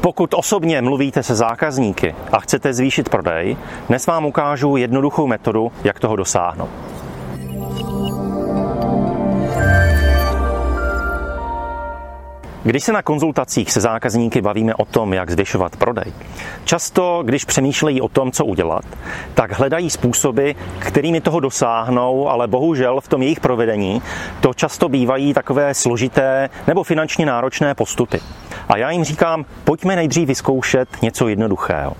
Pokud osobně mluvíte se zákazníky a chcete zvýšit prodej, dnes vám ukážu jednoduchou metodu, jak toho dosáhnout. Když se na konzultacích se zákazníky bavíme o tom, jak zvyšovat prodej, často, když přemýšlejí o tom, co udělat, tak hledají způsoby, kterými toho dosáhnou, ale bohužel v tom jejich provedení to často bývají takové složité nebo finančně náročné postupy. A já jim říkám, pojďme nejdřív vyzkoušet něco jednoduchého.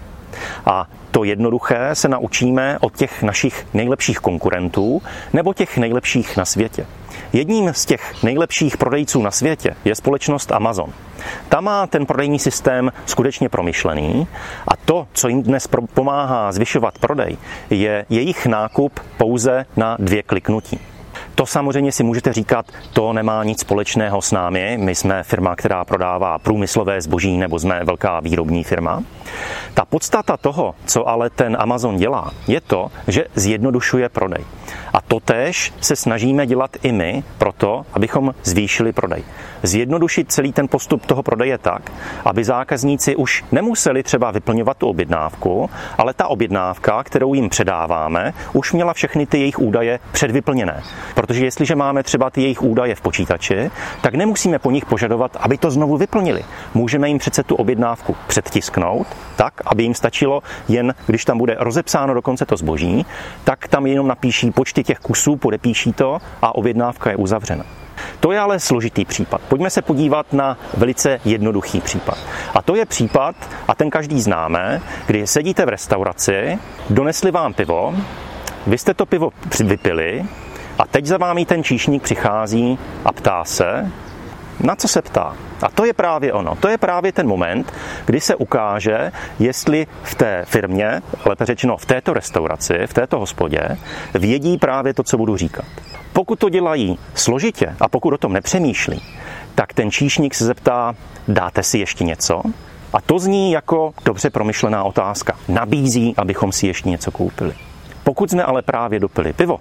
A to jednoduché se naučíme od těch našich nejlepších konkurentů nebo těch nejlepších na světě. Jedním z těch nejlepších prodejců na světě je společnost Amazon. Ta má ten prodejní systém skutečně promyšlený a to, co jim dnes pomáhá zvyšovat prodej, je jejich nákup pouze na 2 kliknutí. To samozřejmě si můžete říkat, to nemá nic společného s námi, my jsme firma, která prodává průmyslové zboží nebo jsme velká výrobní firma. Ta podstata toho, co ale ten Amazon dělá, je to, že zjednodušuje prodej. A totéž se snažíme dělat i my proto, abychom zvýšili prodej. Zjednodušit celý ten postup toho prodeje tak, aby zákazníci už nemuseli třeba vyplňovat tu objednávku, ale ta objednávka, kterou jim předáváme, už měla všechny ty jejich údaje předvyplněné. Protože jestliže máme třeba ty jejich údaje v počítači, tak nemusíme po nich požadovat, aby to znovu vyplnili. Můžeme jim přece tu objednávku předtisknout tak, aby jim stačilo jen, když tam bude rozepsáno dokonce to zboží, tak tam jenom napíší počty těch kusů, podepíší to a objednávka je uzavřena. To je ale složitý případ. Pojďme se podívat na velice jednoduchý případ. A to je případ, a ten každý známe, kdy sedíte v restauraci, donesli vám pivo, vy jste to pivo vypili a teď za vámi ten číšník přichází a ptá se, na co se ptá. A to je právě ono. To je právě ten moment, kdy se ukáže, jestli v té firmě, lépe řečeno v této restauraci, v této hospodě, vědí právě to, co budu říkat. Pokud to dělají složitě a pokud o tom nepřemýšlí, tak ten číšník se zeptá, dáte si ještě něco? A to zní jako dobře promyšlená otázka. Nabízí, abychom si ještě něco koupili. Pokud jsme ale právě dopili pivo,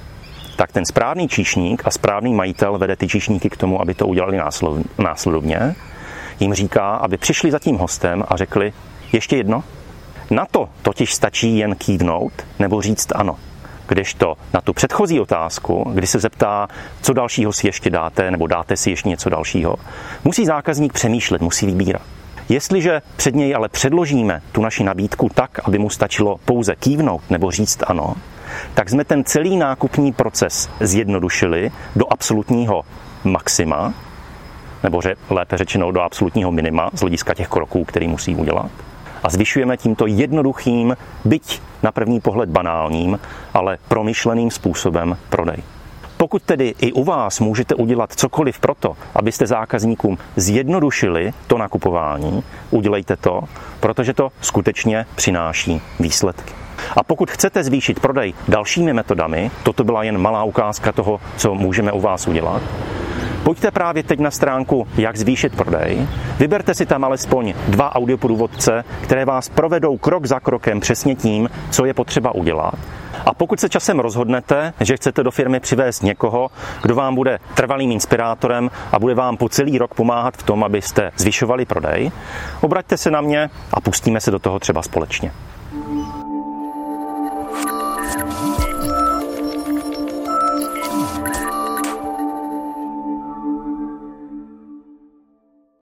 tak ten správný číšník a správný majitel vede ty číšníky k tomu, aby to udělali následovně. Jim říká, aby přišli za tím hostem a řekli, ještě jedno? Na to totiž stačí jen kývnout nebo říct ano. Kdežto na tu předchozí otázku, kdy se zeptá, co dalšího si ještě dáte nebo dáte si ještě něco dalšího, musí zákazník přemýšlet, musí vybírat. Jestliže před něj ale předložíme tu naši nabídku tak, aby mu stačilo pouze kývnout nebo říct ano, tak jsme ten celý nákupní proces zjednodušili do absolutního maxima, nebo lépe řečeno do absolutního minima z hlediska těch kroků, který musí udělat. A zvyšujeme tímto jednoduchým, byť na první pohled banálním, ale promyšleným způsobem prodej. Pokud tedy i u vás můžete udělat cokoliv proto, abyste zákazníkům zjednodušili to nakupování, udělejte to, protože to skutečně přináší výsledky. A pokud chcete zvýšit prodej dalšími metodami, toto byla jen malá ukázka toho, co můžeme u vás udělat, pojďte právě teď na stránku Jak zvýšit prodej, vyberte si tam alespoň 2 audioprůvodce, které vás provedou krok za krokem přesně tím, co je potřeba udělat. A pokud se časem rozhodnete, že chcete do firmy přivést někoho, kdo vám bude trvalým inspirátorem a bude vám po celý rok pomáhat v tom, abyste zvyšovali prodej, obraťte se na mě a pustíme se do toho třeba společně.